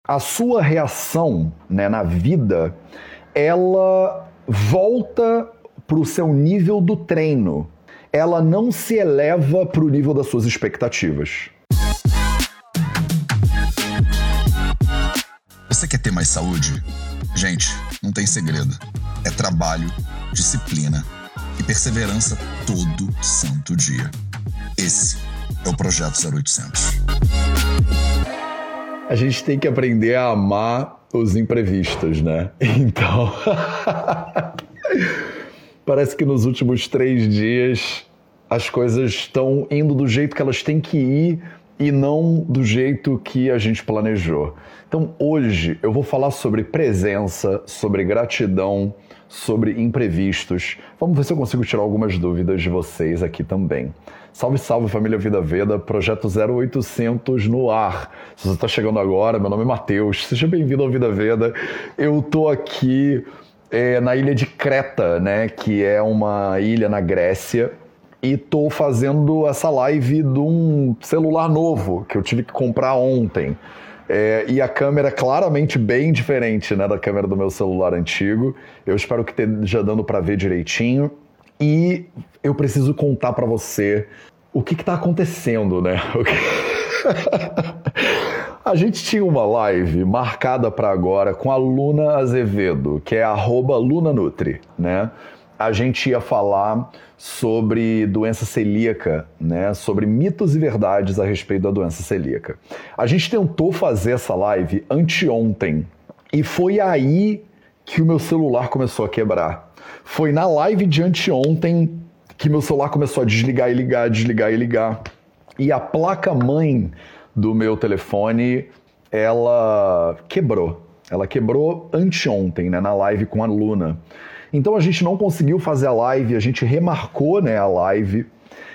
a sua reação, né, na vida, ela volta para o seu nível do treino. Ela não se eleva para o nível das suas expectativas. Você quer ter mais saúde? Gente, não tem segredo. É trabalho, disciplina e perseverança todo santo dia. Esse é o Projeto 0800. A gente tem que aprender a amar os imprevistos, né? Então, parece que nos últimos 3 dias as coisas estão indo do jeito que elas têm que ir e não do jeito que a gente planejou. Então, hoje eu vou falar sobre presença, sobre gratidão, sobre imprevistos. Vamos ver se eu consigo tirar algumas dúvidas de vocês aqui também. Salve, salve, família Vida Veda, Projeto 0800 no ar. Se você está chegando agora, meu nome é Matheus, seja bem-vindo ao Vida Veda. Eu tô aqui na ilha de Creta, né, que é uma ilha na Grécia, e tô fazendo essa live de um celular novo que eu tive que comprar ontem. E a câmera é claramente bem diferente, né, da câmera do meu celular antigo. Eu espero que esteja dando para ver direitinho. E eu preciso contar para você o que está acontecendo, né? A gente tinha uma live marcada para agora com a Luna Azevedo, que é @LunaNutri, né? A gente ia falar sobre doença celíaca, né? Sobre mitos e verdades a respeito da doença celíaca. A gente tentou fazer essa live anteontem e foi aí que o meu celular começou a quebrar. Foi na live de anteontem que meu celular começou a desligar e ligar, desligar e ligar. E a placa-mãe do meu telefone, ela quebrou. Ela quebrou anteontem, né, na live com a Luna. Então a gente não conseguiu fazer a live, a gente remarcou, né, a live.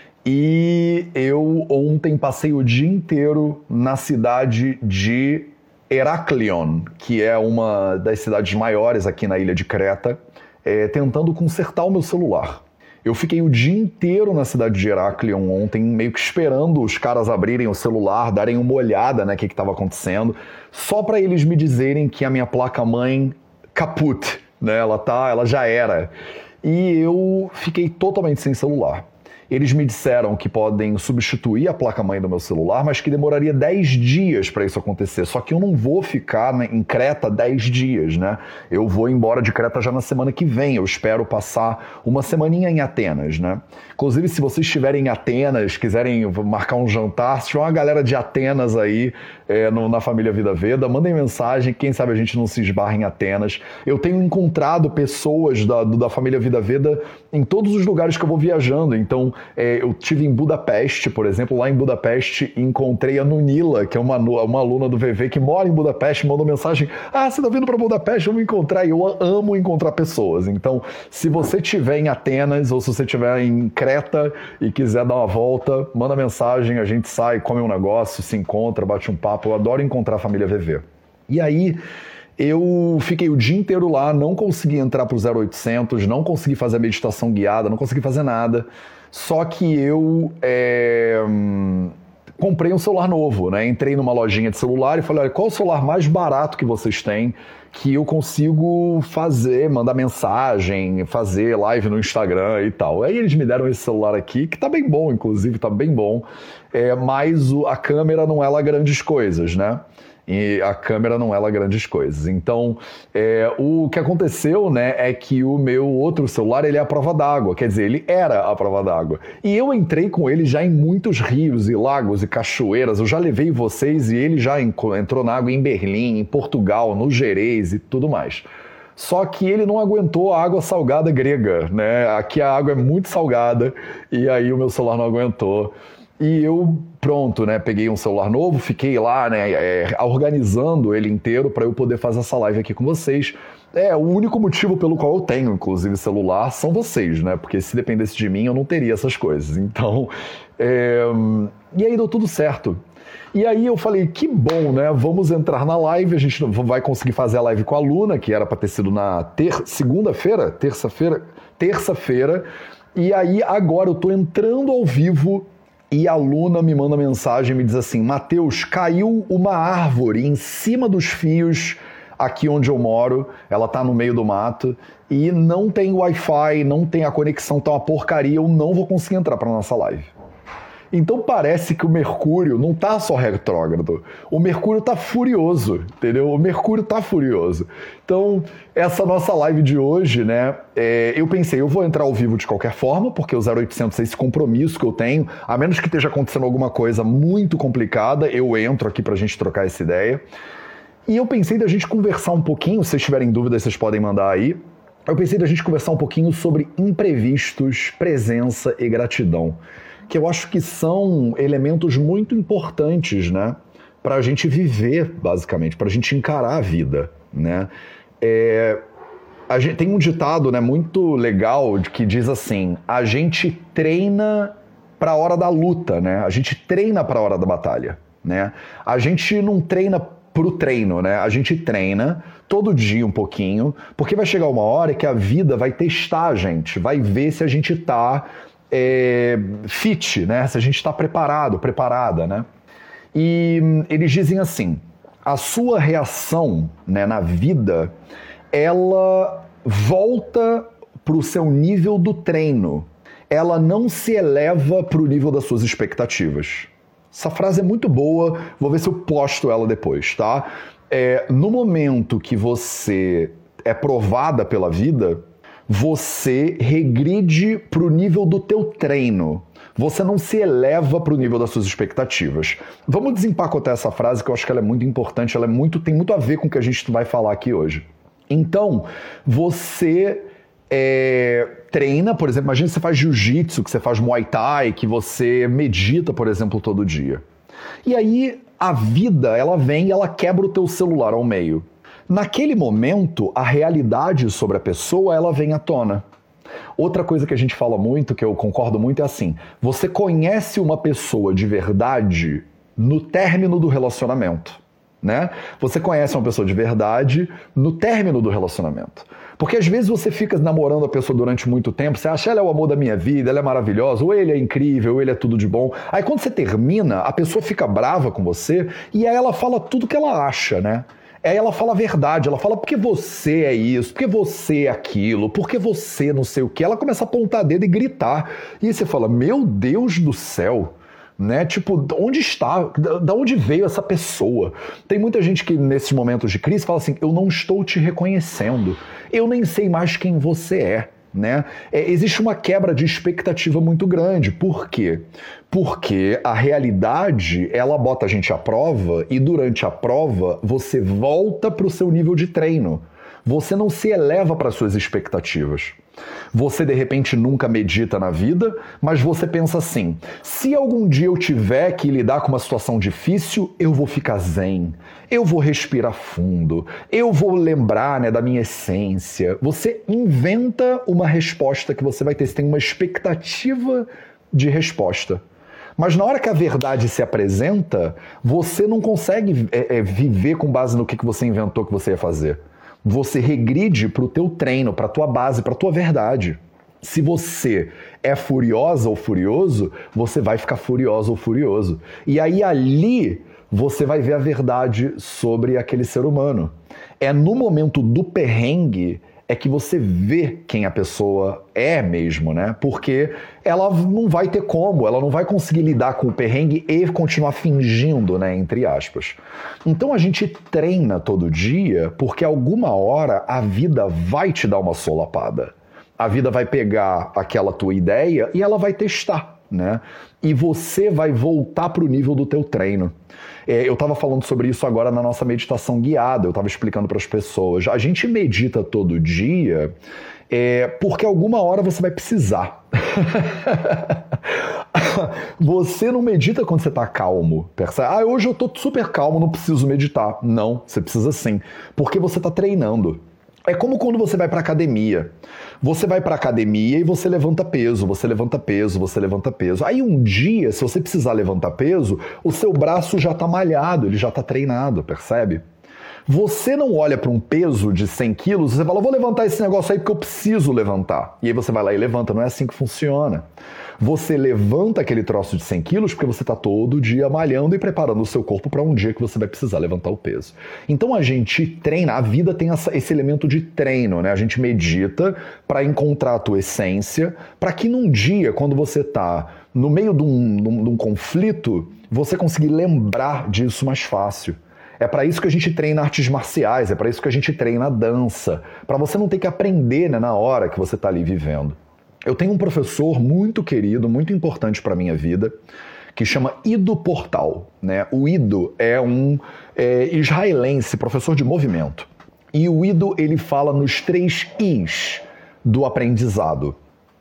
E eu ontem passei o dia inteiro na cidade de Heraklion, que é uma das cidades maiores aqui na ilha de Creta, tentando consertar o meu celular. Eu fiquei o dia inteiro na cidade de Heraklion ontem, meio que esperando os caras abrirem o celular, darem uma olhada, né, o que estava acontecendo, só para eles me dizerem que a minha placa-mãe kaput, né, ela já era. E eu fiquei totalmente sem celular. Eles me disseram que podem substituir a placa-mãe do meu celular, mas que demoraria 10 dias para isso acontecer. Só que eu não vou ficar em Creta 10 dias, né? Eu vou embora de Creta já na semana que vem. Eu espero passar uma semaninha em Atenas, né? Inclusive, se vocês estiverem em Atenas, quiserem marcar um jantar, se tiver uma galera de Atenas aí na família Vida Veda, mandem mensagem, quem sabe a gente não se esbarra em Atenas. Eu tenho encontrado pessoas da família Vida Veda em todos os lugares que eu vou viajando, então eu estive em Budapeste, por exemplo. Lá em Budapeste encontrei a Nunila, que é uma aluna do VV que mora em Budapeste, mandou mensagem: você tá vindo para Budapeste, vamos encontrar. E eu amo encontrar pessoas. Então, se você estiver em Atenas ou se você estiver em Creta e quiser dar uma volta, manda mensagem, a gente sai, come um negócio, se encontra, bate um papo. Eu adoro encontrar a família VV. E aí eu fiquei o dia inteiro lá, não consegui entrar pro 0800, não consegui fazer a meditação guiada, não consegui fazer nada. Só que eu comprei um celular novo, né? Entrei numa lojinha de celular e falei: olha, qual é o celular mais barato que vocês têm que eu consigo mandar mensagem, fazer live no Instagram e tal. Aí eles me deram esse celular aqui, que tá bem bom, inclusive, tá bem bom, mas a câmera não é lá grandes coisas, né? E a câmera não é lá grandes coisas. Então, o que aconteceu, né, é que o meu outro celular, ele é a prova d'água. Quer dizer, ele era a prova d'água. E eu entrei com ele já em muitos rios e lagos e cachoeiras. Eu já levei vocês e ele já entrou na água em Berlim, em Portugal, no Gerês e tudo mais. Só que ele não aguentou a água salgada grega, né? Aqui a água é muito salgada e aí o meu celular não aguentou. E eu, pronto, né, peguei um celular novo, fiquei lá, né, organizando ele inteiro para eu poder fazer essa live aqui com vocês. O único motivo pelo qual eu tenho, inclusive, celular são vocês, né, porque se dependesse de mim eu não teria essas coisas. Então, e aí deu tudo certo. E aí eu falei, que bom, né, vamos entrar na live, a gente vai conseguir fazer a live com a Luna, que era para ter sido na terça-feira, e aí agora eu tô entrando ao vivo e a Luna me manda mensagem e me diz assim: Matheus, caiu uma árvore em cima dos fios aqui onde eu moro, ela tá no meio do mato, e não tem Wi-Fi, não tem a conexão, tá uma porcaria, eu não vou conseguir entrar pra nossa live. Então parece que o Mercúrio não tá só retrógrado, o Mercúrio tá furioso, entendeu? O Mercúrio tá furioso. Então, essa nossa live de hoje, né, eu pensei, eu vou entrar ao vivo de qualquer forma, porque o 0800 é esse compromisso que eu tenho, a menos que esteja acontecendo alguma coisa muito complicada, eu entro aqui pra gente trocar essa ideia. E eu pensei da gente conversar um pouquinho, se vocês tiverem dúvidas, vocês podem mandar aí. Eu pensei da gente conversar um pouquinho sobre imprevistos, presença e gratidão, que eu acho que são elementos muito importantes, né, para a gente viver, basicamente, para a gente encarar a vida, né. A gente tem um ditado, né, muito legal que diz assim: a gente treina para a hora da luta, né, a gente treina para a hora da batalha, né, a gente não treina pro treino, né, a gente treina todo dia um pouquinho, porque vai chegar uma hora que a vida vai testar a gente, vai ver se a gente tá fit, né? Se a gente está preparado, preparada, né? E eles dizem assim: a sua reação, né, na vida, ela volta para o seu nível do treino. Ela não se eleva para o nível das suas expectativas. Essa frase é muito boa, vou ver se eu posto ela depois, tá? No momento que você é provada pela vida, você regride para o nível do teu treino. Você não se eleva para o nível das suas expectativas. Vamos desempacotar essa frase, que eu acho que ela é muito importante, tem muito a ver com o que a gente vai falar aqui hoje. Então, você treina, por exemplo, imagina que você faz jiu-jitsu, que você faz muay thai, que você medita, por exemplo, todo dia. E aí, a vida, ela vem e ela quebra o teu celular ao meio. Naquele momento, a realidade sobre a pessoa, ela vem à tona. Outra coisa que a gente fala muito, que eu concordo muito, é assim: você conhece uma pessoa de verdade no término do relacionamento, né? Você conhece uma pessoa de verdade no término do relacionamento. Porque às vezes você fica namorando a pessoa durante muito tempo, você acha ela é o amor da minha vida, ela é maravilhosa, ou ele é incrível, ou ele é tudo de bom. Aí quando você termina, a pessoa fica brava com você e aí ela fala tudo que ela acha, né? Aí ela fala a verdade, ela fala porque você é isso, porque você é aquilo, porque você não sei o que. Ela começa a apontar dedo e gritar. E aí você fala: meu Deus do céu, né? Tipo, onde está? Da onde veio essa pessoa? Tem muita gente que nesses momentos de crise fala assim: eu não estou te reconhecendo, eu nem sei mais quem você é. Né? Existe uma quebra de expectativa muito grande. Por quê? Porque a realidade, ela bota a gente à prova e durante a prova você volta para o seu nível de treino. Você não se eleva para as suas expectativas. Você, de repente, nunca medita na vida, mas você pensa assim: se algum dia eu tiver que lidar com uma situação difícil, eu vou ficar zen, eu vou respirar fundo, eu vou lembrar, né, da minha essência. Você inventa uma resposta que você vai ter, você tem uma expectativa de resposta. Mas na hora que a verdade se apresenta, você não consegue viver com base no que você inventou que você ia fazer. Você regride para o teu treino, para a tua base, para a tua verdade. Se você é furiosa ou furioso, você vai ficar furiosa ou furioso. E aí ali você vai ver a verdade sobre aquele ser humano. É no momento do perrengue que você vê quem a pessoa é mesmo, né? Porque ela não vai ter como, ela não vai conseguir lidar com o perrengue e continuar fingindo, né? Entre aspas. Então a gente treina todo dia porque alguma hora a vida vai te dar uma solapada. A vida vai pegar aquela tua ideia e ela vai testar, né? E você vai voltar para o nível do teu treino. Eu estava falando sobre isso agora na nossa meditação guiada, eu estava explicando para as pessoas. A gente medita todo dia porque alguma hora você vai precisar. Você não medita quando você está calmo. Percebe? Hoje eu estou super calmo, não preciso meditar. Não, você precisa sim, porque você está treinando. É como quando você vai para academia. Você vai para academia e você levanta peso, você levanta peso, você levanta peso. Aí um dia, se você precisar levantar peso, o seu braço já está malhado, ele já está treinado, percebe? Você não olha para um peso de 100 quilos, você fala, vou levantar esse negócio aí porque eu preciso levantar. E aí você vai lá e levanta, não é assim que funciona. Você levanta aquele troço de 100 quilos porque você está todo dia malhando e preparando o seu corpo para um dia que você vai precisar levantar o peso. Então a gente treina, a vida tem esse elemento de treino, né? A gente medita para encontrar a tua essência, para que num dia, quando você está no meio de um conflito, você conseguir lembrar disso mais fácil. É para isso que a gente treina artes marciais, é para isso que a gente treina a dança, para você não ter que aprender, né, na hora que você está ali vivendo. Eu tenho um professor muito querido, muito importante para a minha vida, que chama Ido Portal, né? O Ido é um israelense, professor de movimento. E o Ido, ele fala nos 3 Is do aprendizado.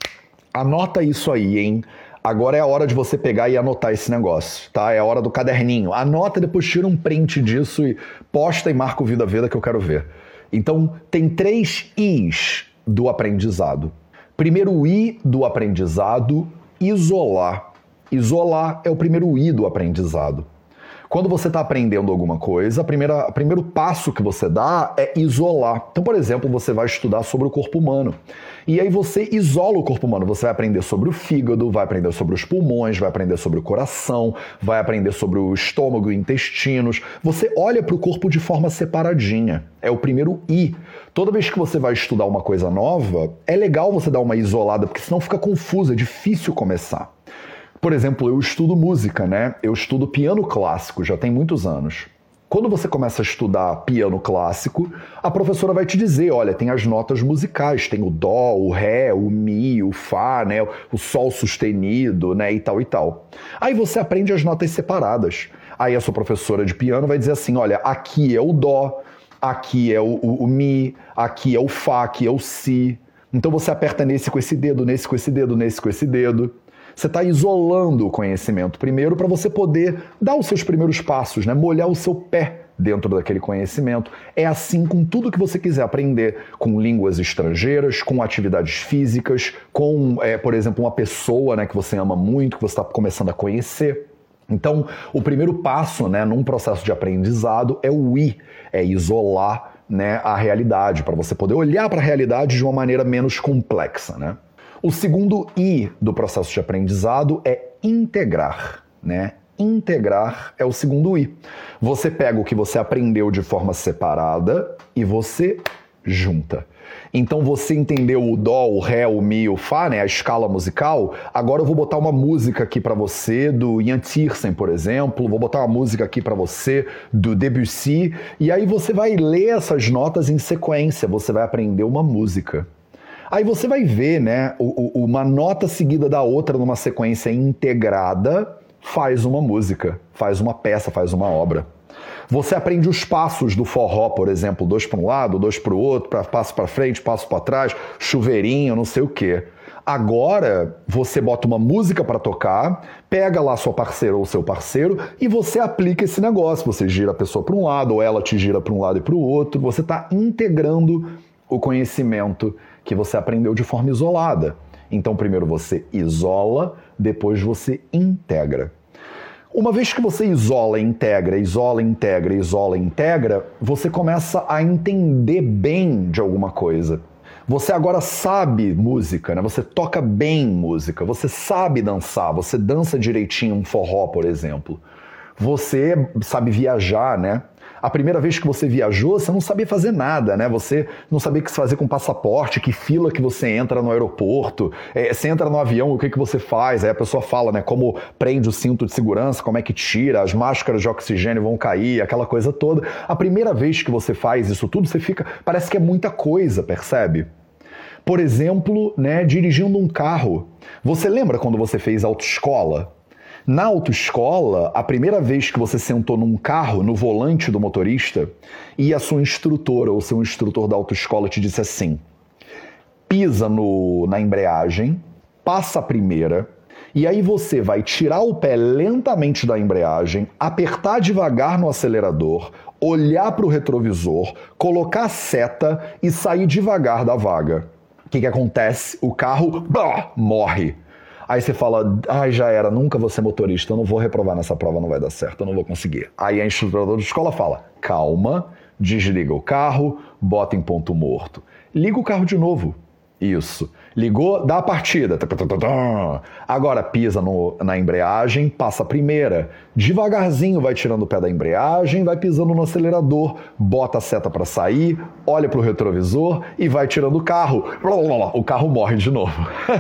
Anota isso aí, hein? Agora é a hora de você pegar e anotar esse negócio, tá? É a hora do caderninho. Anota, depois tira um print disso e posta e marca o Vida Veda que eu quero ver. Então, tem 3 Is do aprendizado. Primeiro I do aprendizado, isolar. Isolar é o primeiro I do aprendizado. Quando você está aprendendo alguma coisa, o primeiro passo que você dá é isolar. Então, por exemplo, você vai estudar sobre o corpo humano. E aí você isola o corpo humano. Você vai aprender sobre o fígado, vai aprender sobre os pulmões, vai aprender sobre o coração, vai aprender sobre o estômago e intestinos. Você olha para o corpo de forma separadinha. É o primeiro I. Toda vez que você vai estudar uma coisa nova, é legal você dar uma isolada, porque senão fica confuso, é difícil começar. Por exemplo, eu estudo música, né? Eu estudo piano clássico, já tem muitos anos. Quando você começa a estudar piano clássico, a professora vai te dizer, olha, tem as notas musicais, tem o dó, o ré, o mi, o fá, né? O sol sustenido, né? E tal e tal. Aí você aprende as notas separadas. Aí a sua professora de piano vai dizer assim, olha, aqui é o dó, aqui é o mi, aqui é o fá, aqui é o si. Então você aperta nesse com esse dedo, nesse com esse dedo, nesse com esse dedo. Você está isolando o conhecimento primeiro para você poder dar os seus primeiros passos, né? Molhar o seu pé dentro daquele conhecimento. É assim com tudo que você quiser aprender, com línguas estrangeiras, com atividades físicas, com, por exemplo, uma pessoa, né, que você ama muito, que você está começando a conhecer. Então, o primeiro passo, né, num processo de aprendizado é o I, é isolar, né, a realidade, para você poder olhar para a realidade de uma maneira menos complexa, né? O segundo I do processo de aprendizado é integrar, né? Integrar é o segundo I. Você pega o que você aprendeu de forma separada e você junta. Então você entendeu o dó, o ré, o mi, o fá, né? A escala musical. Agora eu vou botar uma música aqui para você do Ian Tiersen, por exemplo. Vou botar uma música aqui para você do Debussy. E aí você vai ler essas notas em sequência. Você vai aprender uma música. Aí você vai ver, né, uma nota seguida da outra numa sequência integrada faz uma música, faz uma peça, faz uma obra. Você aprende os passos do forró, por exemplo, 2 para um lado, 2 para o outro, passo para frente, passo para trás, chuveirinho, não sei o quê. Agora você bota uma música para tocar, pega lá sua parceira ou seu parceiro e você aplica esse negócio. Você gira a pessoa para um lado ou ela te gira para um lado e para o outro. Você está integrando o conhecimento que você aprendeu de forma isolada. Então, primeiro você isola, depois você integra. Uma vez que você isola, integra, isola, integra, isola, integra, você começa a entender bem de alguma coisa. Você agora sabe música, né? Você toca bem música, você sabe dançar, você dança direitinho um forró, por exemplo. Você sabe viajar, né? A primeira vez que você viajou, você não sabia fazer nada, né? Você não sabia o que fazer com passaporte, que fila que você entra no aeroporto. Você entra no avião, o que você faz? Aí a pessoa fala, né? Como prende o cinto de segurança, como é que tira, as máscaras de oxigênio vão cair, aquela coisa toda. A primeira vez que você faz isso tudo, você fica... Parece que é muita coisa, percebe? Por exemplo, né, dirigindo um carro. Você lembra quando você fez autoescola? Na autoescola, a primeira vez que você sentou num carro, no volante do motorista, e a sua instrutora ou seu instrutor da autoescola te disse assim, pisa na embreagem, passa a primeira, e aí você vai tirar o pé lentamente da embreagem, apertar devagar no acelerador, olhar para o retrovisor, colocar a seta e sair devagar da vaga. O que acontece? O carro morre. Aí você fala, já era, nunca vou ser motorista, eu não vou reprovar nessa prova, não vai dar certo, eu não vou conseguir. Aí a instrutora da escola fala, calma, Desliga o carro, bota em ponto morto. Liga o carro de novo. Isso. Ligou, dá a partida. Agora pisa na embreagem, passa a primeira. Devagarzinho vai tirando o pé da embreagem, vai pisando no acelerador, bota a seta para sair, olha pro retrovisor e vai tirando o carro. O carro morre de novo.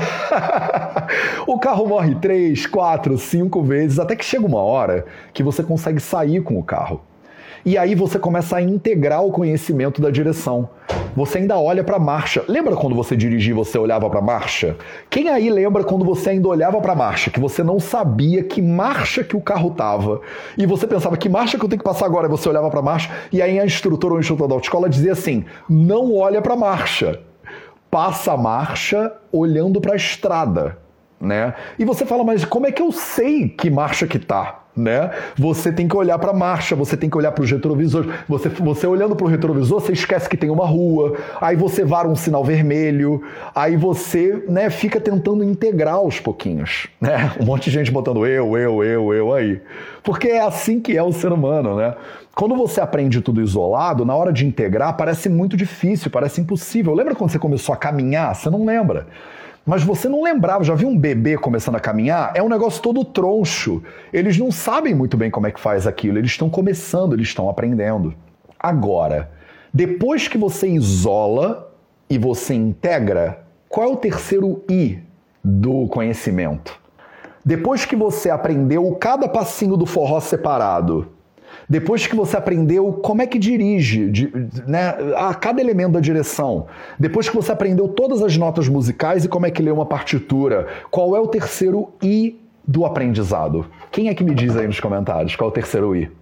O carro morre 3, 4, 5 vezes, até que chega uma hora que você consegue sair com o carro. E aí você começa a integrar o conhecimento da direção. Você ainda olha para a marcha. Lembra quando você dirigia e você olhava para a marcha? Quem aí lembra quando você ainda olhava para a marcha, que você não sabia que marcha que o carro estava? E você pensava, que marcha que eu tenho que passar agora? E você olhava para a marcha e aí a instrutora ou o instrutor da autoescola dizia assim, não olha para a marcha. Passa a marcha olhando para a estrada, né? E você fala, mas como é que eu sei que marcha que tá? Né? Você tem que olhar para a marcha, você tem que olhar para os retrovisores. Você olhando para o retrovisor, você esquece que tem uma rua, aí você vara um sinal vermelho, aí você, né, fica tentando integrar aos pouquinhos. Né? Um monte de gente botando eu aí. Porque é assim que é o ser humano, né? Quando você aprende tudo isolado, na hora de integrar, parece muito difícil, parece impossível. Lembra quando você começou a caminhar? Você não lembra. Mas você não lembrava, já viu um bebê começando a caminhar? É um negócio todo troncho. Eles não sabem muito bem como é que faz aquilo, eles estão começando, eles estão aprendendo. Agora, depois que você isola e você integra, qual é o terceiro I do conhecimento? Depois que você aprendeu cada passinho do forró separado, depois que você aprendeu como é que dirige, né, a cada elemento da direção, depois que você aprendeu todas as notas musicais e como é que lê uma partitura, qual é o terceiro I do aprendizado? Quem é que me diz aí nos comentários qual é o terceiro I?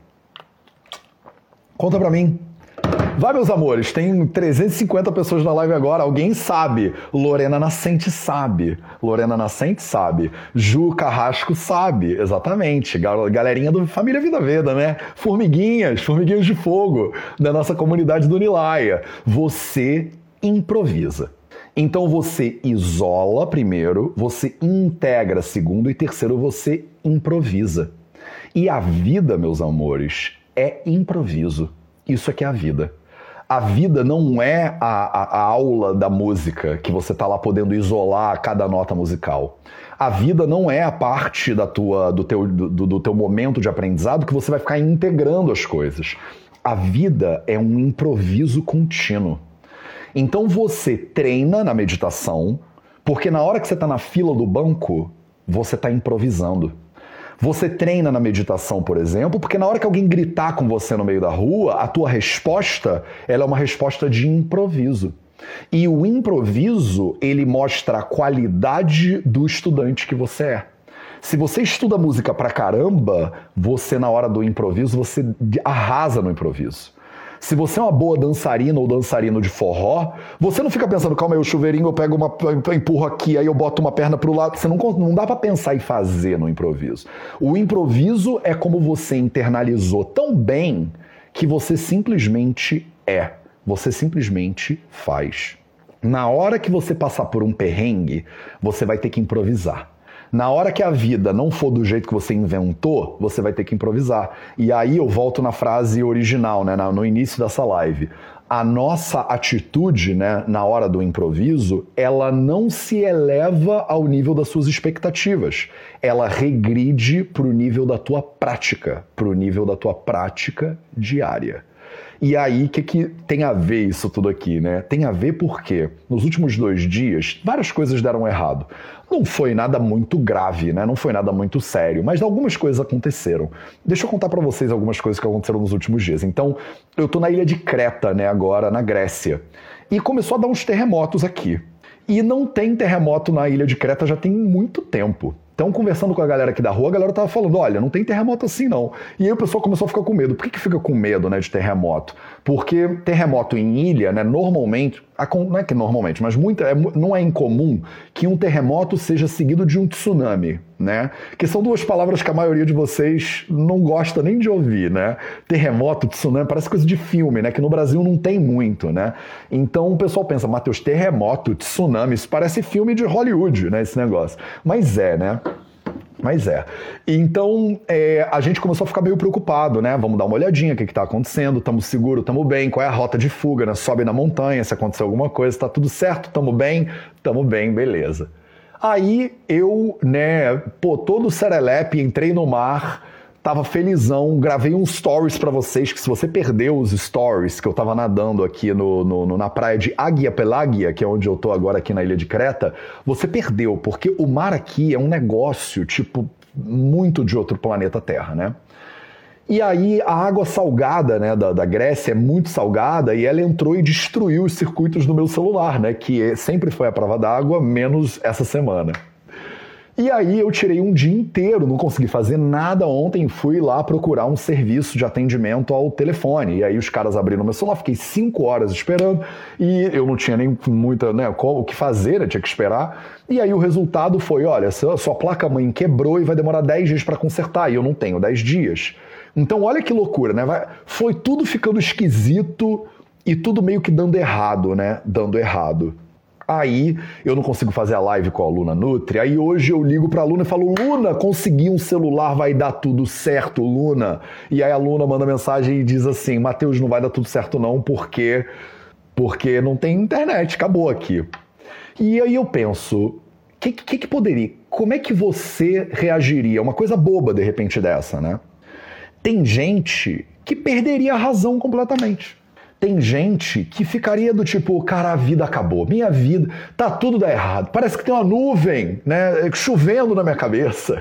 Conta pra mim. Vai, meus amores, tem 350 pessoas na live agora, alguém sabe. Lorena Nascente sabe. Lorena Nascente sabe. Ju Carrasco sabe, exatamente. Galerinha do Família Vida Veda, né? Formiguinhas de fogo da nossa comunidade do Nilaia. Você improvisa. Então você isola primeiro, você integra segundo e terceiro você improvisa. E a vida, meus amores, é improviso. Isso é que é a vida. A vida não é a aula da música que você está lá podendo isolar cada nota musical. A vida não é a parte do teu momento de aprendizado que você vai ficar integrando as coisas. A vida é um improviso contínuo. Então você treina na meditação, porque na hora que você está na fila do banco, você está improvisando. Você treina na meditação, por exemplo, porque na hora que alguém gritar com você no meio da rua, a tua resposta, ela é uma resposta de improviso. E o improviso, ele mostra a qualidade do estudante que você é. Se você estuda música pra caramba, você na hora do improviso, você arrasa no improviso. Se você é uma boa dançarina ou dançarino de forró, você não fica pensando, calma aí, o chuveirinho, eu empurro aqui, aí eu boto uma perna pro lado. Você não dá pra pensar e fazer no improviso. O improviso é como você internalizou tão bem que você simplesmente é. Você simplesmente faz. Na hora que você passar por um perrengue, você vai ter que improvisar. Na hora que a vida não for do jeito que você inventou, você vai ter que improvisar. E aí eu volto na frase original, né, no início dessa live. A nossa atitude, né, na hora do improviso, ela não se eleva ao nível das suas expectativas. Ela regride para o nível da tua prática, para o nível da tua prática diária. E aí, o que tem a ver isso tudo aqui, né? Tem a ver porque nos últimos 2 dias, várias coisas deram errado. Não foi nada muito grave, né? Não foi nada muito sério, mas algumas coisas aconteceram. Deixa eu contar pra vocês algumas coisas que aconteceram nos últimos dias. Então, eu tô na ilha de Creta, né, agora, na Grécia. E começou a dar uns terremotos aqui. E não tem terremoto na ilha de Creta já tem muito tempo. Então, conversando com a galera aqui da rua, a galera tava falando, olha, não tem terremoto assim não. E aí o pessoal começou a ficar com medo. Por que fica com medo, né, de terremoto? Porque terremoto em ilha, né, normalmente, não é que normalmente, mas não é incomum que um terremoto seja seguido de um tsunami, né? Que são 2 palavras que a maioria de vocês não gosta nem de ouvir, né? Terremoto, tsunami, parece coisa de filme, né? Que no Brasil não tem muito, né? Então o pessoal pensa, Matheus, terremoto, tsunami, isso parece filme de Hollywood, né? Esse negócio. Mas né? Mas Então, a gente começou a ficar meio preocupado, né? Vamos dar uma olhadinha, o que tá acontecendo, estamos seguros, estamos bem, qual é a rota de fuga, né? Sobe na montanha, se acontecer alguma coisa, tá tudo certo, estamos bem, beleza. Aí eu, né, todo serelepe, entrei no mar, tava felizão, gravei uns stories pra vocês, que se você perdeu os stories, que eu tava nadando aqui na praia de Águia Pelágia, que é onde eu tô agora aqui na ilha de Creta, você perdeu, porque o mar aqui é um negócio, tipo, muito de outro planeta Terra, né? E aí a água salgada, né, da Grécia é muito salgada e ela entrou e destruiu os circuitos do meu celular, né, que sempre foi a prova d'água, menos essa semana. E aí eu tirei um dia inteiro, não consegui fazer nada ontem, fui lá procurar um serviço de atendimento ao telefone. E aí os caras abriram meu celular, fiquei 5 horas esperando e eu não tinha nem muita, né, o que fazer, eu tinha que esperar. E aí o resultado foi, olha, sua placa-mãe quebrou e vai demorar 10 dias para consertar, e eu não tenho 10 dias. Então olha que loucura, né? Foi tudo ficando esquisito e tudo meio que dando errado, né? Dando errado. Aí eu não consigo fazer a live com a Luna Nutri, aí hoje eu ligo pra Luna e falo, Luna, consegui um celular, vai dar tudo certo, Luna. E aí a Luna manda mensagem e diz assim, Matheus, não vai dar tudo certo não, porque não tem internet, acabou aqui. E aí eu penso, que poderia, como é que você reagiria? Uma coisa boba de repente dessa, né? Tem gente que perderia a razão completamente. Tem gente que ficaria do tipo, cara, a vida acabou, minha vida, tá tudo dá errado, parece que tem uma nuvem, né, chovendo na minha cabeça.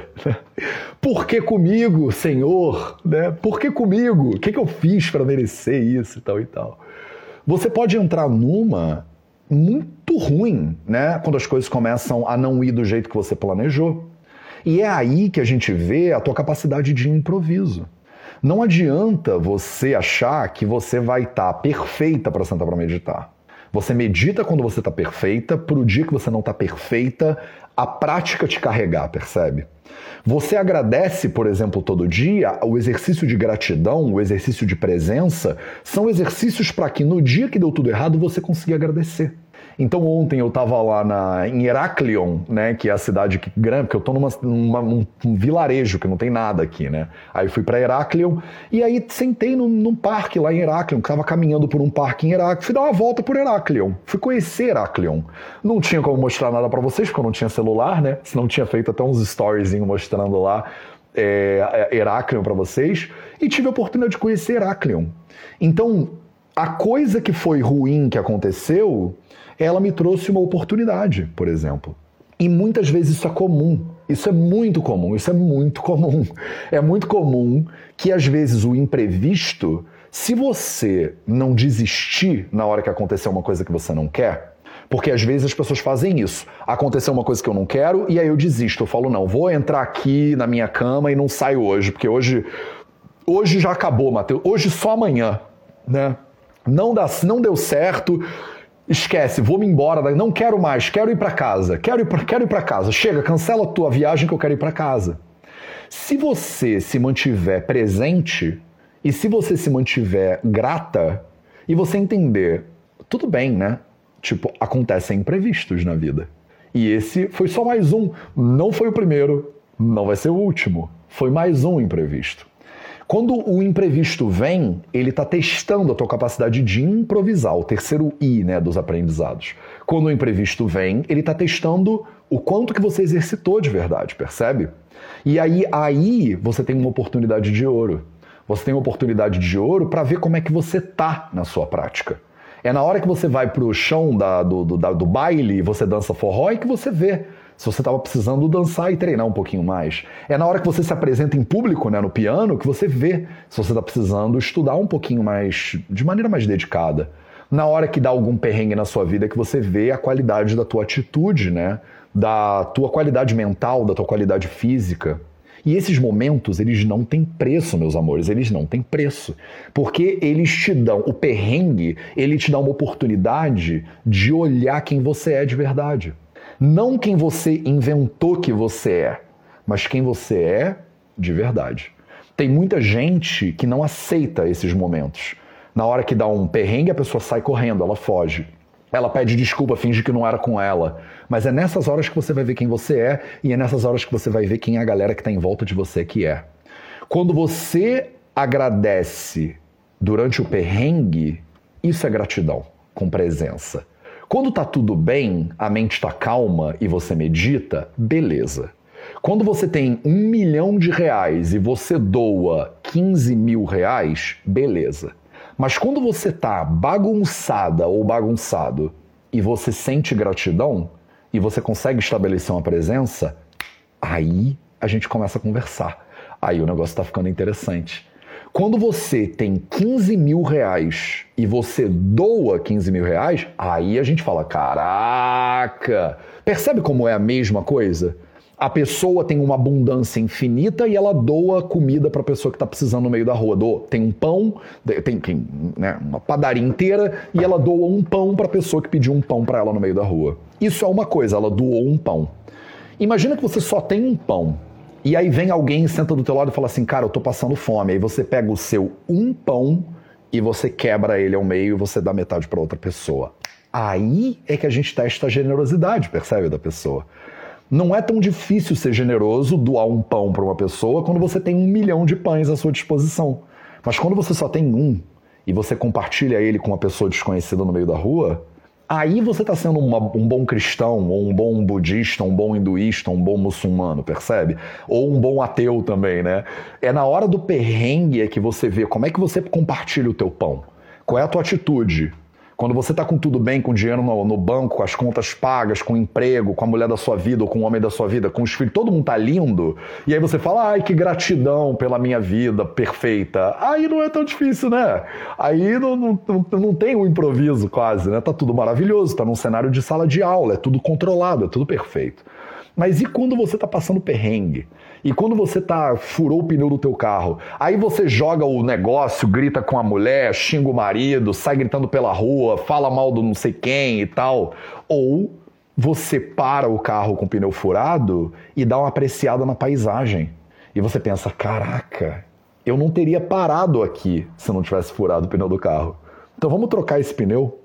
Por que comigo, Senhor? Né? Por que comigo? O que eu fiz para merecer isso e tal e tal? Você pode entrar numa muito ruim, né, quando as coisas começam a não ir do jeito que você planejou. E é aí que a gente vê a tua capacidade de improviso. Não adianta você achar que você vai estar perfeita para sentar para meditar. Você medita quando você está perfeita, para o dia que você não está perfeita, a prática te carregar, percebe? Você agradece, por exemplo, todo dia, o exercício de gratidão, o exercício de presença, são exercícios para que no dia que deu tudo errado você consiga agradecer. Então ontem eu estava lá em Heraklion, né, que é a cidade grande, porque eu estou num vilarejo que não tem nada aqui, né? Aí fui para Heraklion e aí sentei num parque lá em Heraklion, que estava caminhando por um parque em Heraklion, fui dar uma volta por Heraklion, fui conhecer Heraklion. Não tinha como mostrar nada para vocês, porque eu não tinha celular, né? Senão tinha feito até uns storyzinhos mostrando lá Heraklion para vocês, e tive a oportunidade de conhecer Heraklion. Então, a coisa que foi ruim que aconteceu, ela me trouxe uma oportunidade, por exemplo. E muitas vezes isso é comum. Isso é muito comum, isso é muito comum. É muito comum que, às vezes, o imprevisto, se você não desistir na hora que acontecer uma coisa que você não quer, porque às vezes as pessoas fazem isso. Aconteceu uma coisa que eu não quero e aí eu desisto. Eu falo, não, vou entrar aqui na minha cama e não saio hoje, porque hoje já acabou, Matheus. Hoje só amanhã, né? Não deu certo... Esquece, vou-me embora, não quero mais, quero ir para casa, quero ir para casa. Chega, cancela a tua viagem que eu quero ir para casa. Se você se mantiver presente e se você se mantiver grata e você entender, tudo bem, né? Tipo, acontecem imprevistos na vida. E esse foi só mais um, não foi o primeiro, não vai ser o último. Foi mais um imprevisto. Quando o imprevisto vem, ele está testando a tua capacidade de improvisar, o terceiro I, né, dos aprendizados. Quando o imprevisto vem, ele está testando o quanto que você exercitou de verdade, percebe? E aí você tem uma oportunidade de ouro. Você tem uma oportunidade de ouro para ver como é que você tá na sua prática. É na hora que você vai pro chão do baile e você dança forró e que você vê se você estava precisando dançar e treinar um pouquinho mais. É na hora que você se apresenta em público, né, no piano, que você vê se você está precisando estudar um pouquinho mais, de maneira mais dedicada. Na hora que dá algum perrengue na sua vida, que você vê a qualidade da tua atitude, né, da tua qualidade mental, da tua qualidade física. E esses momentos, eles não têm preço, meus amores, eles não têm preço. Porque eles te dão, o perrengue, ele te dá uma oportunidade de olhar quem você é de verdade. Não quem você inventou que você é, mas quem você é de verdade. Tem muita gente que não aceita esses momentos. Na hora que dá um perrengue, a pessoa sai correndo, ela foge. Ela pede desculpa, finge que não era com ela. Mas é nessas horas que você vai ver quem você é, e é nessas horas que você vai ver quem é a galera que está em volta de você que é. Quando você agradece durante o perrengue, isso é gratidão, com presença. Quando tá tudo bem, a mente está calma e você medita, beleza. Quando você tem R$1 milhão e você doa R$15 mil, beleza. Mas quando você tá bagunçada ou bagunçado e você sente gratidão e você consegue estabelecer uma presença, aí a gente começa a conversar. Aí o negócio tá ficando interessante. Quando você tem R$15 mil e você doa R$15 mil, aí a gente fala, caraca! Percebe como é a mesma coisa? A pessoa tem uma abundância infinita e ela doa comida para a pessoa que está precisando no meio da rua. Tem um pão, tem né, uma padaria inteira e ela doa um pão para a pessoa que pediu um pão para ela no meio da rua. Isso é uma coisa, ela doou um pão. Imagina que você só tem um pão e aí vem alguém e senta do teu lado e fala assim, cara, eu tô passando fome. Aí você pega o seu um pão e você quebra ele ao meio e você dá metade para outra pessoa. Aí é que a gente testa a generosidade, percebe, da pessoa. Não é tão difícil ser generoso, doar um pão para uma pessoa quando você tem 1 milhão de pães à sua disposição. Mas quando você só tem um e você compartilha ele com uma pessoa desconhecida no meio da rua, aí você está sendo um bom cristão, ou um bom budista, um bom hinduísta, um bom muçulmano, percebe? Ou um bom ateu também, né? É na hora do perrengue que você vê como é que você compartilha o teu pão. Qual é a tua atitude? Quando você está com tudo bem, com dinheiro no banco, com as contas pagas, com emprego, com a mulher da sua vida ou com o homem da sua vida, com os filhos, todo mundo tá lindo, e aí você fala, ai, que gratidão pela minha vida perfeita. Aí não é tão difícil, né? Aí não tem um improviso quase, né? Tá tudo maravilhoso, tá num cenário de sala de aula, é tudo controlado, é tudo perfeito. Mas e quando você tá passando perrengue? E quando você furou o pneu do teu carro? Aí você joga o negócio, grita com a mulher, xinga o marido, sai gritando pela rua, fala mal do não sei quem e tal. Ou você para o carro com o pneu furado e dá uma apreciada na paisagem. E você pensa, caraca, eu não teria parado aqui se eu não tivesse furado o pneu do carro. Então vamos trocar esse pneu?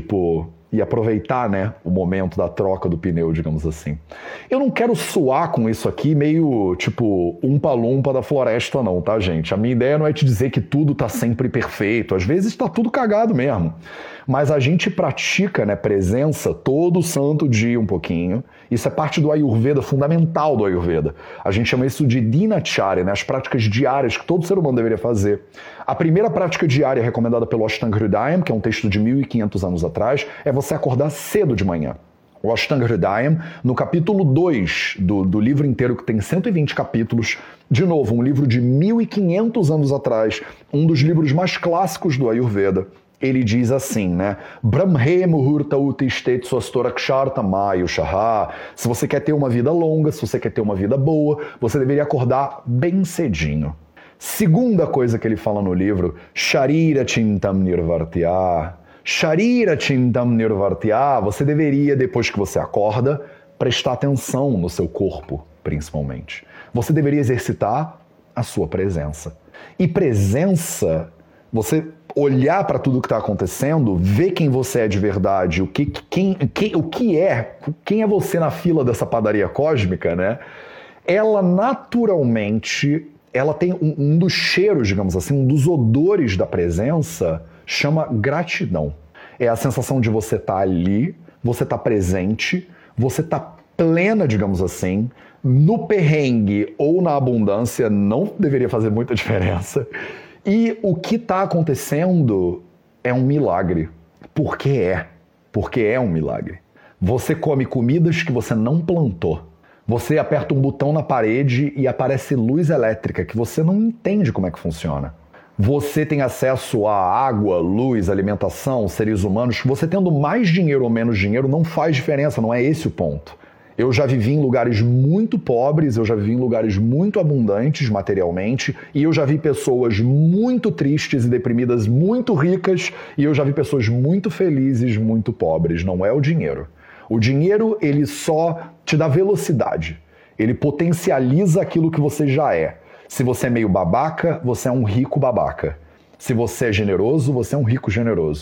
E aproveitar, né, o momento da troca do pneu, digamos assim. Eu não quero soar com isso aqui meio, umpa-lumpa da floresta não, tá, gente? A minha ideia não é te dizer que tudo tá sempre perfeito. Às vezes tá tudo cagado mesmo. Mas a gente pratica, né, presença todo santo dia um pouquinho. Isso é parte do Ayurveda, fundamental do Ayurveda. A gente chama isso de Dinacharya, né, as práticas diárias que todo ser humano deveria fazer. A primeira prática diária recomendada pelo Ashtanga Hridayam, que é um texto de 1500 anos atrás, é você acordar cedo de manhã. O Ashtanga Hridayam, no capítulo 2 do livro inteiro, que tem 120 capítulos, de novo, um livro de 1500 anos atrás, um dos livros mais clássicos do Ayurveda, ele diz assim, né? Brahme muhurta utishtet swastoraksharta mayushaha. Se você quer ter uma vida longa, se você quer ter uma vida boa, você deveria acordar bem cedinho. Segunda coisa que ele fala no livro, Sharira Chintam Nirvartya. Sharira Chintam Nirvartya, você deveria, depois que você acorda, prestar atenção no seu corpo, principalmente. Você deveria exercitar a sua presença. E presença, você olhar para tudo que está acontecendo, ver quem você é de verdade, quem é você na fila dessa padaria cósmica, né? Ela naturalmente, ela tem um dos cheiros, digamos assim, um dos odores da presença, chama gratidão. É a sensação de você estar ali, você estar presente, você estar plena, digamos assim, no perrengue ou na abundância, não deveria fazer muita diferença. E o que está acontecendo é um milagre. Porque é um milagre. Você come comidas que você não plantou. Você aperta um botão na parede e aparece luz elétrica que você não entende como é que funciona. Você tem acesso a água, luz, alimentação, seres humanos. Você tendo mais dinheiro ou menos dinheiro não faz diferença, não é esse o ponto. Eu já vivi em lugares muito pobres, eu já vivi em lugares muito abundantes materialmente, e eu já vi pessoas muito tristes e deprimidas, muito ricas, e eu já vi pessoas muito felizes, muito pobres. Não é o dinheiro. O dinheiro, ele só te dá velocidade. Ele potencializa aquilo que você já é. Se você é meio babaca, você é um rico babaca. Se você é generoso, você é um rico generoso.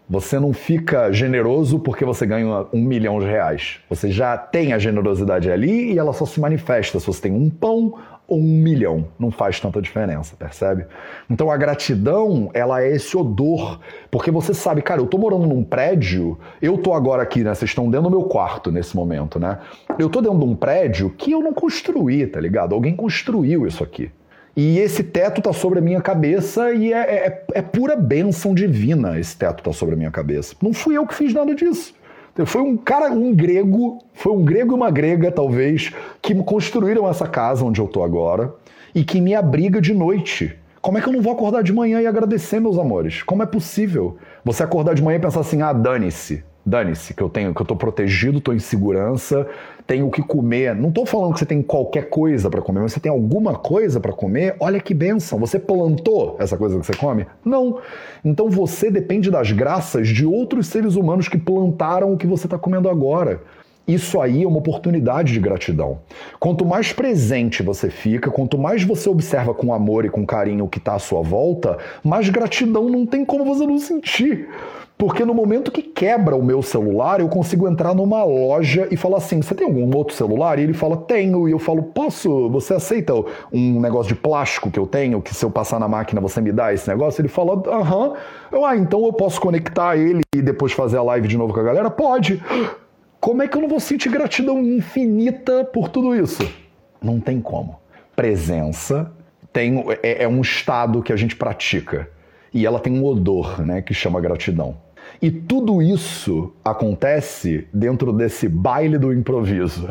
Você não fica generoso porque você ganha R$1 milhão. Você já tem a generosidade ali e ela só se manifesta se você tem um pão ou 1 milhão. Não faz tanta diferença, percebe? Então a gratidão, ela é esse odor. Porque você sabe, cara, eu tô morando num prédio, eu tô agora aqui, né? Vocês estão dentro do meu quarto nesse momento, né? Eu tô dentro de um prédio que eu não construí, tá ligado? Alguém construiu isso aqui. E esse teto tá sobre a minha cabeça e é pura bênção divina esse teto tá sobre a minha cabeça. Não fui eu que fiz nada disso. Foi um grego e uma grega, talvez, que construíram essa casa onde eu tô agora e que me abriga de noite. Como é que eu não vou acordar de manhã e agradecer, meus amores? Como é possível você acordar de manhã e pensar assim, dane-se, que eu tô protegido, tô em segurança, tenho o que comer. Não tô falando que você tem qualquer coisa para comer, mas você tem alguma coisa para comer, olha que bênção. Você plantou essa coisa que você come? Não. Então você depende das graças de outros seres humanos que plantaram o que você está comendo agora. Isso aí é uma oportunidade de gratidão. Quanto mais presente você fica, quanto mais você observa com amor e com carinho o que está à sua volta, mais gratidão não tem como você não sentir. Porque no momento que quebra o meu celular, eu consigo entrar numa loja e falar assim, você tem algum outro celular? E ele fala, tenho. E eu falo, posso? Você aceita um negócio de plástico que eu tenho, que se eu passar na máquina você me dá esse negócio? Ele fala, aham. Então eu posso conectar ele e depois fazer a live de novo com a galera? Pode. Como é que eu não vou sentir gratidão infinita por tudo isso? Não tem como. Presença é um estado que a gente pratica. E ela tem um odor, né, que chama gratidão. E tudo isso acontece dentro desse baile do improviso.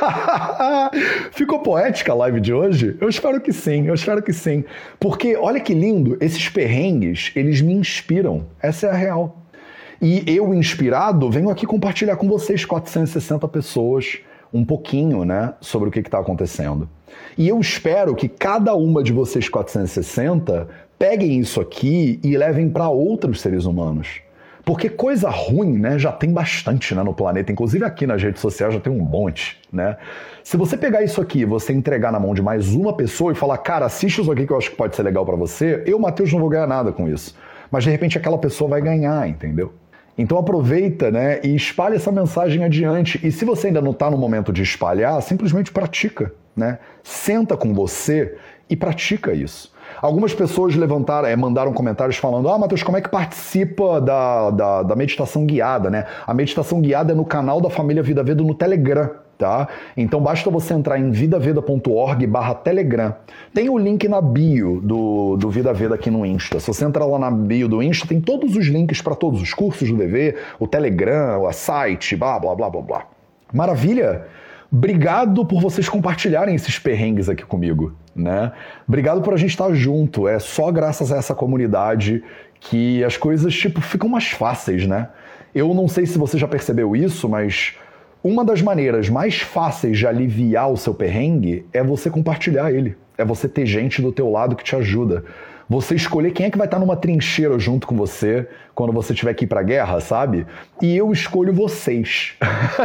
Ficou poética a live de hoje? Eu espero que sim. Porque, olha que lindo, esses perrengues, eles me inspiram. Essa é a real. E eu, inspirado, venho aqui compartilhar com vocês, 460 pessoas, um pouquinho, né, sobre o que está acontecendo. E eu espero que cada uma de vocês, 460, peguem isso aqui e levem para outros seres humanos. Porque coisa ruim, né, já tem bastante, né, no planeta. Inclusive aqui nas redes sociais já tem um monte, né? Se você pegar isso aqui, você entregar na mão de mais uma pessoa e falar, cara, assiste isso aqui que eu acho que pode ser legal para você, eu, Matheus, não vou ganhar nada com isso. Mas de repente aquela pessoa vai ganhar, entendeu? Então aproveita, né, e espalha essa mensagem adiante. E se você ainda não está no momento de espalhar, simplesmente pratica, né? Senta com você e pratica isso. Algumas pessoas mandaram comentários falando, Matheus, como é que participa da meditação guiada, né? A meditação guiada é no canal da família Vida Veda no Telegram, tá? Então basta você entrar em vidaveda.org/Telegram. Tem o link na bio do Vida Veda aqui no Insta. Se você entrar lá na bio do Insta, tem todos os links para todos os cursos do VV, o Telegram, o site, blá, blá, blá, blá, blá. Maravilha! Obrigado por vocês compartilharem esses perrengues aqui comigo, né? Obrigado por a gente estar junto. É só graças a essa comunidade que as coisas, ficam mais fáceis, né? Eu não sei se você já percebeu isso, mas uma das maneiras mais fáceis de aliviar o seu perrengue é você compartilhar ele. É você ter gente do teu lado que te ajuda. Você escolher quem é que vai estar numa trincheira junto com você quando você tiver que ir pra guerra, sabe? E eu escolho vocês.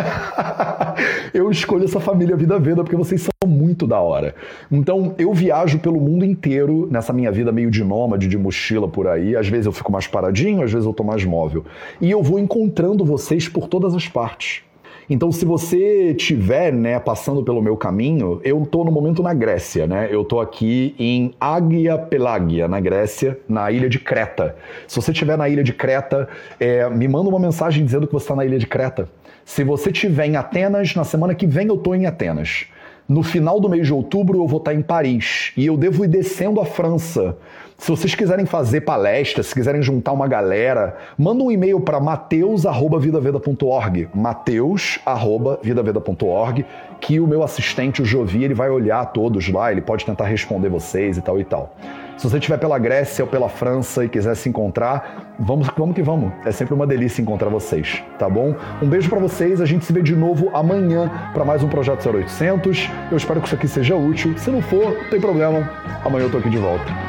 Eu escolho essa família Vida Veda porque vocês são muito da hora. Então, eu viajo pelo mundo inteiro nessa minha vida meio de nômade, de mochila por aí. Às vezes eu fico mais paradinho, às vezes eu tô mais móvel. E eu vou encontrando vocês por todas as partes. Então, se você estiver, né, passando pelo meu caminho, eu estou no momento na Grécia, né? Eu estou aqui em Agia Pelágia, na Grécia, na ilha de Creta. Se você estiver na ilha de Creta, me manda uma mensagem dizendo que você está na ilha de Creta. Se você estiver em Atenas, na semana que vem eu estou em Atenas. No final do mês de outubro eu vou estar em Paris e eu devo ir descendo a França. Se vocês quiserem fazer palestra, se quiserem juntar uma galera, manda um e-mail para mateus@vidaveda.org, mateus@vidaveda.org, que o meu assistente, o Jovi, ele vai olhar todos lá, ele pode tentar responder vocês e tal e tal. Se você estiver pela Grécia ou pela França e quiser se encontrar, vamos que vamos. É sempre uma delícia encontrar vocês, tá bom? Um beijo pra vocês, a gente se vê de novo amanhã para mais um Projeto 0800. Eu espero que isso aqui seja útil. Se não for, não tem problema. Amanhã eu tô aqui de volta.